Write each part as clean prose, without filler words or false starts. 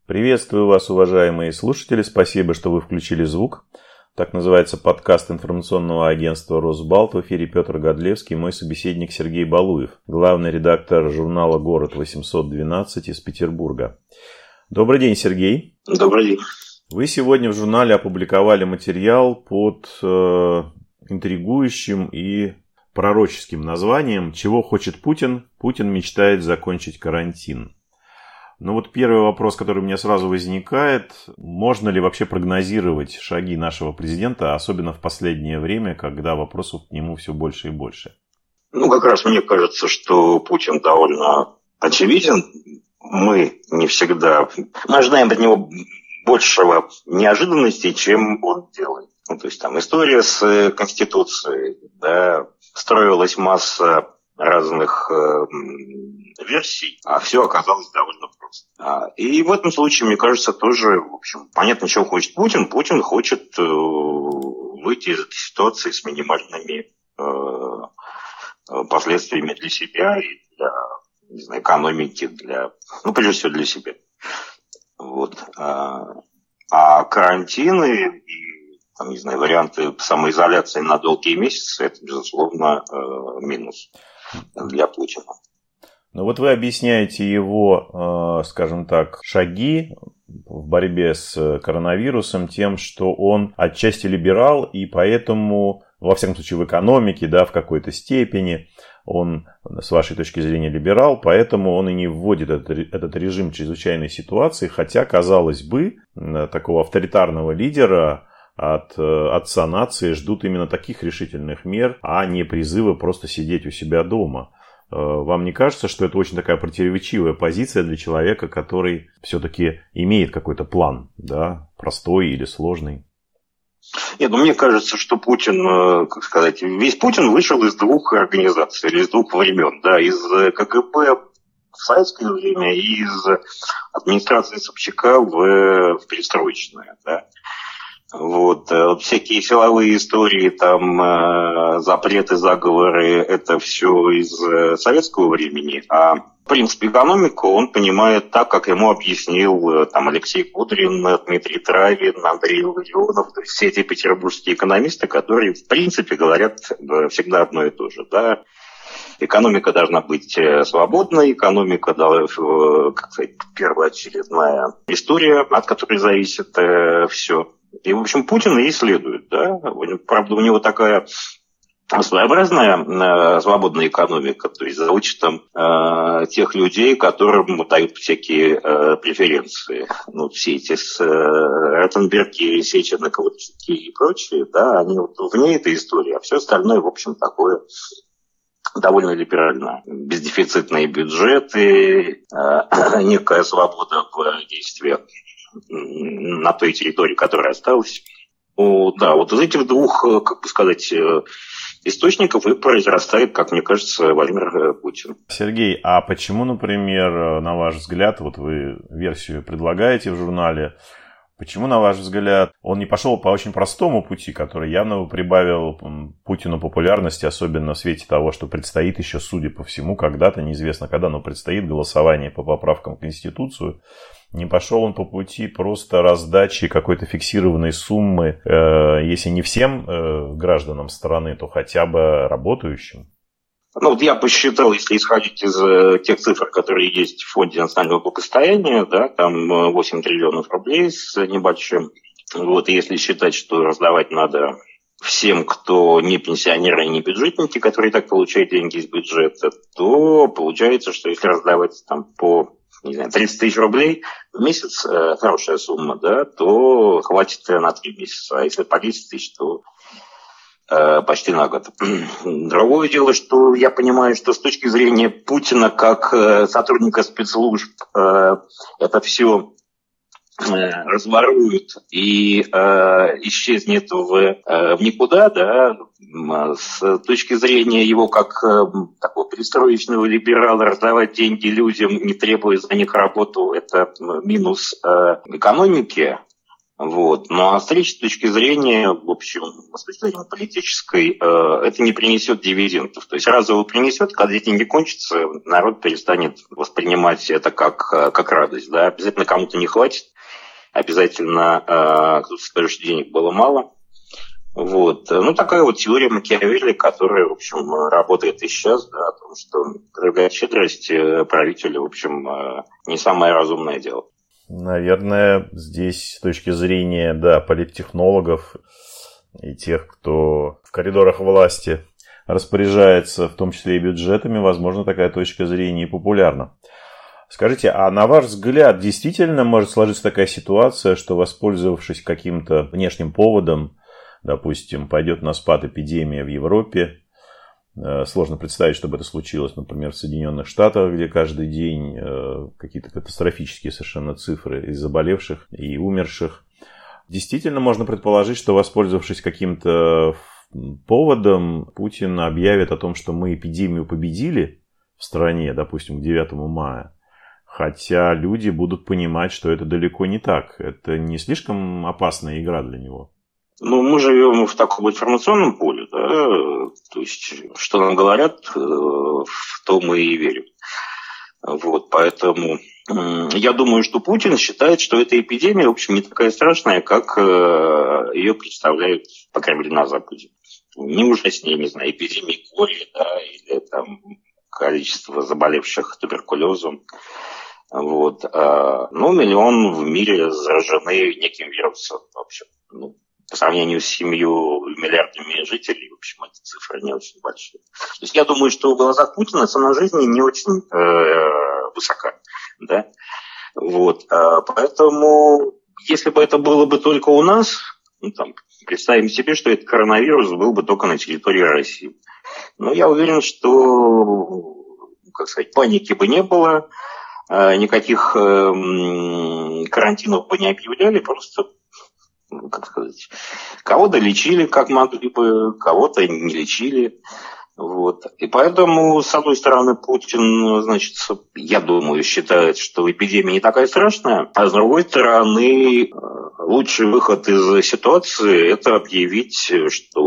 Приветствую вас, уважаемые слушатели. Спасибо, что вы включили звук. Так называется подкаст информационного агентства «Росбалт». В эфире Петр Годлевский, мой собеседник Сергей Балуев, главный редактор журнала «Город-812» из Петербурга. Добрый день, Сергей. Добрый день. Вы сегодня в журнале опубликовали материал под интригующим и пророческим названием «Чего хочет Путин? Путин мечтает закончить карантин». Ну вот первый вопрос, который у меня сразу возникает. Можно ли вообще прогнозировать шаги нашего президента, особенно в последнее время, когда вопросов к нему все больше и больше? Как раз мне кажется, что Путин довольно очевиден. Мы не всегда... Мы ожидаем от него большего неожиданностей, чем он делает. То есть там история с Конституцией, да, строилась масса разных версий, а все оказалось довольно просто. И в этом случае, мне кажется, тоже, в общем, понятно, чего хочет Путин. Путин хочет выйти из этой ситуации с минимальными последствиями для себя и для, не знаю, экономики, прежде всего для себя. Вот. А карантины и, варианты самоизоляции на долгие месяцы, это, безусловно, минус для Путина. Ну вот вы объясняете его, скажем так, шаги в борьбе с коронавирусом тем, что он отчасти либерал, и поэтому, во всяком случае, в экономике, да, в какой-то степени, он, с вашей точки зрения, либерал, поэтому он и не вводит этот режим чрезвычайной ситуации, хотя, казалось бы, такого авторитарного лидера от отца нации ждут именно таких решительных мер, а не призыва просто сидеть у себя дома. Вам не кажется, что это очень такая противоречивая позиция для человека, который все-таки имеет какой-то план, да, простой или сложный? Нет, мне кажется, что Путин, весь Путин вышел из двух организаций, или из двух времен, да, из КГБ в советское время и из администрации Собчака в перестроечное, да. Вот, всякие силовые истории, там, запреты, заговоры, это все из советского времени, а в принципе экономику он понимает так, как ему объяснил там Алексей Кудрин, Дмитрий Травин, Андрей Ларионов, то есть все эти петербургские экономисты, которые в принципе говорят всегда одно и то же, да. Экономика должна быть свободной, экономика, первоочередная история, от которой зависит все. И, в общем, Путин и следует, да. Правда, у него такая своеобразная свободная экономика, то есть за вычетом тех людей, которым дают всякие преференции. Все эти Ротенберги, Сечены, Ковальчуки и прочие, да, они вне этой истории, а все остальное, в общем, такое довольно либерально. Бездефицитные бюджеты, некая свобода в действиях на той территории, которая осталась. Да, вот из этих двух, источников и произрастает, как мне кажется, Владимир Путин. Сергей, а почему, например, на ваш взгляд, вот вы версию предлагаете в журнале, почему, на ваш взгляд, он не пошел по очень простому пути, который явно прибавил Путину популярности, особенно в свете того, что предстоит еще, судя по всему, когда-то, неизвестно когда, но предстоит голосование по поправкам в Конституцию. Не пошел он по пути просто раздачи какой-то фиксированной суммы, если не всем гражданам страны, то хотя бы работающим? Я посчитал, если исходить из тех цифр, которые есть в Фонде национального благосостояния, да, там 8 триллионов рублей с небольшим. Вот, и если считать, что раздавать надо всем, кто не пенсионеры и не бюджетники, которые так получают деньги из бюджета, то получается, что если раздавать там по 30 тысяч рублей в месяц, хорошая сумма, да, то хватит на 3 месяца. А если по 10 тысяч, то почти на год. Другое дело, что я понимаю, что с точки зрения Путина как сотрудника спецслужб это все разворуют и исчезнет в никуда, да, с точки зрения его как такого перестроечного либерала раздавать деньги людям, не требуя за них работу, это минус экономики. Вот. Ну а с третьей точки зрения, в общем, с точки зрения политической, это не принесет дивидендов. То есть разово принесет, когда эти деньги кончатся, народ перестанет воспринимать это как радость. Да? Обязательно кому-то не хватит, обязательно кто-то скажет, что денег было мало. Вот. Ну, такая вот теория Макиавелли, которая, в общем, работает и сейчас, да, о том, что проявлять щедрость правителю, в общем, не самое разумное дело. Наверное, здесь с точки зрения, да, политтехнологов и тех, кто в коридорах власти распоряжается, в том числе и бюджетами, возможно, такая точка зрения и популярна. Скажите, а на ваш взгляд, действительно может сложиться такая ситуация, что, воспользовавшись каким-то внешним поводом, допустим, пойдет на спад эпидемия в Европе, сложно представить, чтобы это случилось, например, в Соединенных Штатах, где каждый день какие-то катастрофические совершенно цифры из заболевших и умерших. Действительно можно предположить, что, воспользовавшись каким-то поводом, Путин объявит о том, что мы эпидемию победили в стране, допустим, к 9 мая. Хотя люди будут понимать, что это далеко не так. Это не слишком опасная игра для него. Ну, мы живем в таком информационном поле, да, то есть, что нам говорят, в то мы и верим. Вот, поэтому я думаю, что Путин считает, что эта эпидемия, в общем, не такая страшная, как ее представляют, по крайней мере, на Западе. Не ужаснее, не знаю, эпидемии кори, да, или там количество заболевших туберкулезом. Вот. Ну, миллион в мире заражены неким вирусом, в общем, ну, по сравнению с 7 миллиардами жителей, в общем, эти цифры не очень большие. То есть я думаю, что в глазах Путина цена жизни не очень высока. Да? Вот. Поэтому, если бы это было бы только у нас, ну, там, представим себе, что этот коронавирус был бы только на территории России. Но я уверен, что, как сказать, паники бы не было, никаких карантинов бы не объявляли, просто, как сказать, кого-то лечили как могли бы, кого-то не лечили. Вот. И поэтому, с одной стороны, Путин, значит, я думаю, считает, что эпидемия не такая страшная, а с другой стороны, лучший выход из ситуации – это объявить, что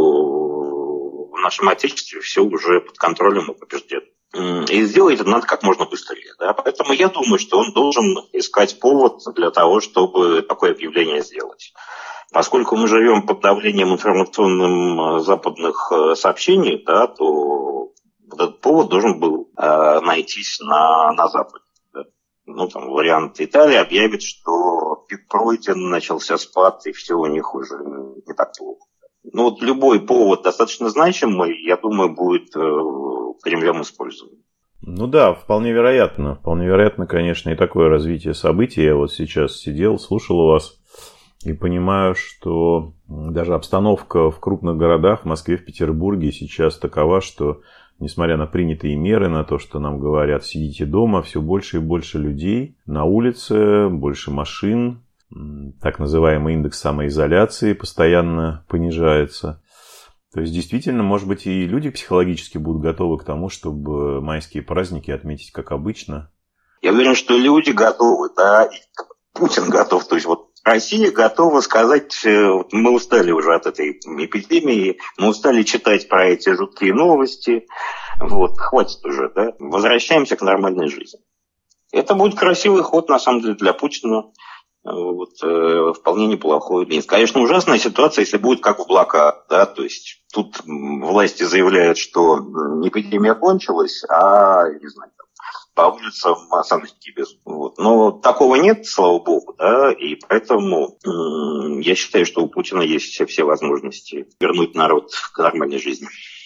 в нашем Отечестве все уже под контролем и побеждено. И сделать это надо как можно быстрее. Да? Поэтому я думаю, что он должен искать повод для того, чтобы такое объявление сделать. Поскольку мы живем под давлением информационным западных сообщений, да, то этот повод должен был найтись на Западе. Да. Ну, там, вариант Италии объявит, что пик пройден, начался спад, и все у них уже не так плохо. Ну, вот любой повод достаточно значимый, я думаю, будет Кремлем использован. Ну да, вполне вероятно. Вполне вероятно, конечно, и такое развитие событий. Я вот сейчас сидел, слушал у вас и понимаю, что даже обстановка в крупных городах, в Москве, в Петербурге сейчас такова, что, несмотря на принятые меры, на то, что нам говорят, сидите дома, все больше и больше людей на улице, больше машин, так называемый индекс самоизоляции постоянно понижается. То есть, действительно, может быть, и люди психологически будут готовы к тому, чтобы майские праздники отметить как обычно. Я уверен, что люди готовы, да, и Путин готов. То есть, вот Россия готова сказать, мы устали уже от этой эпидемии, мы устали читать про эти жуткие новости, вот, хватит уже, да, возвращаемся к нормальной жизни. Это будет красивый ход, на самом деле, для Путина. Вот, вполне неплохой. Нет, конечно, ужасная ситуация, если будет как в блокаде, да, то есть тут власти заявляют, что эпидемия кончилась, а, не знаю, по улицам осадки без. Вот. Но такого нет, слава богу, да, и поэтому я считаю, что у Путина есть все возможности вернуть народ к нормальной жизни.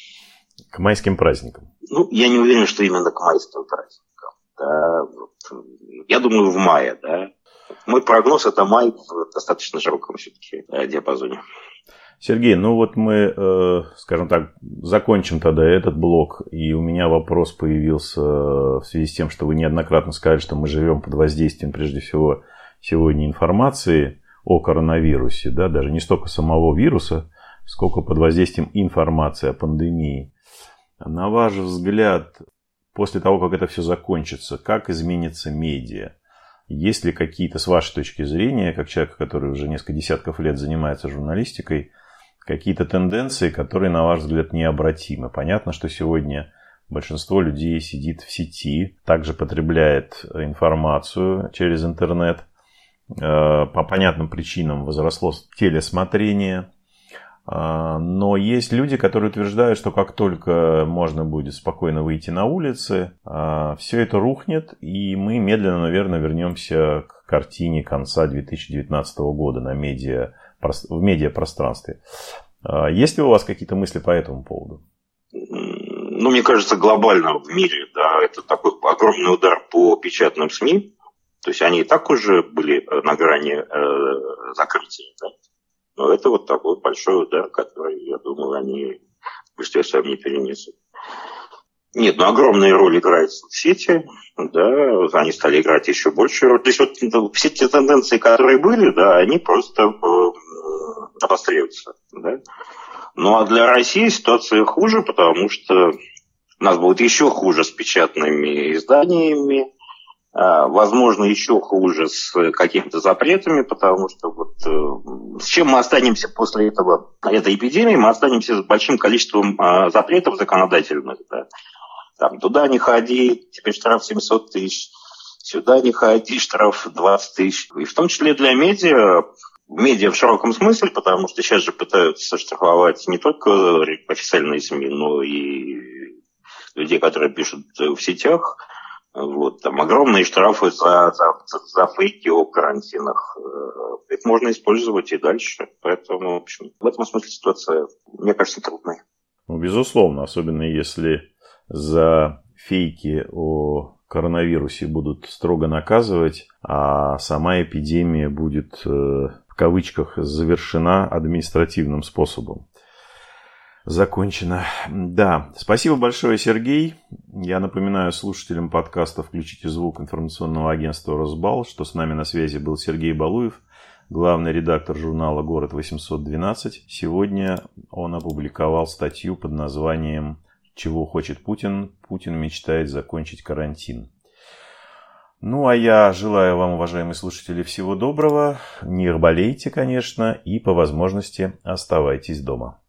К майским праздникам. Ну, я не уверен, что именно к майским праздникам. Да, вот. Я думаю, в мае, да. Мой прогноз – это май в достаточно широком все-таки диапазоне. Сергей, ну вот мы, скажем так, закончим тогда этот блок. И у меня вопрос появился в связи с тем, что вы неоднократно сказали, что мы живем под воздействием, прежде всего, сегодня информации о коронавирусе. Да, даже не столько самого вируса, сколько под воздействием информации о пандемии. На ваш взгляд, после того, как это все закончится, как изменится медиа? Есть ли какие-то, с вашей точки зрения, как человека, который уже несколько десятков лет занимается журналистикой, какие-то тенденции, которые, на ваш взгляд, необратимы? Понятно, что сегодня большинство людей сидит в сети, также потребляет информацию через интернет. По понятным причинам возросло телесмотрение. Но есть люди, которые утверждают, что как только можно будет спокойно выйти на улицы, все это рухнет, и мы медленно, наверное, вернемся к картине конца 2019 года в медиапространстве. Есть ли у вас какие-то мысли по этому поводу? Ну, мне кажется, глобально в мире, да, это такой огромный удар по печатным СМИ. То есть они и так уже были на грани закрытия, да? Но это вот такой большой удар, который, я думаю, они в большинстве своем не перенесут. Нет, ну огромная роль играет соцсети, да, они стали играть еще большую роль. То есть вот все те тенденции, которые были, да, они просто обостряются, да. Ну а для России ситуация хуже, потому что у нас будет еще хуже с печатными изданиями. Возможно, еще хуже с какими-то запретами, потому что вот с чем мы останемся после этой эпидемии? Мы останемся с большим количеством запретов законодательных. Да? Там, туда не ходи, теперь штраф 700 тысяч, сюда не ходи, штраф 20 тысяч. И в том числе для медиа в широком смысле, потому что сейчас же пытаются штрафовать не только официальные СМИ, но и людей, которые пишут в сетях. Вот, там огромные штрафы за фейки о карантинах. Их можно использовать и дальше. Поэтому, в общем, в этом смысле ситуация, мне кажется, трудная. Ну, безусловно, особенно если за фейки о коронавирусе будут строго наказывать, а сама эпидемия будет, в кавычках, завершена административным способом. Закончено. Да, спасибо большое, Сергей. Я напоминаю слушателям подкаста «Включите звук» информационного агентства «Росбал», что с нами на связи был Сергей Балуев, главный редактор журнала «Город 812». Сегодня он опубликовал статью под названием «Чего хочет Путин? Путин мечтает закончить карантин». Ну, а я желаю вам, уважаемые слушатели, всего доброго. Не болейте, конечно, и по возможности оставайтесь дома.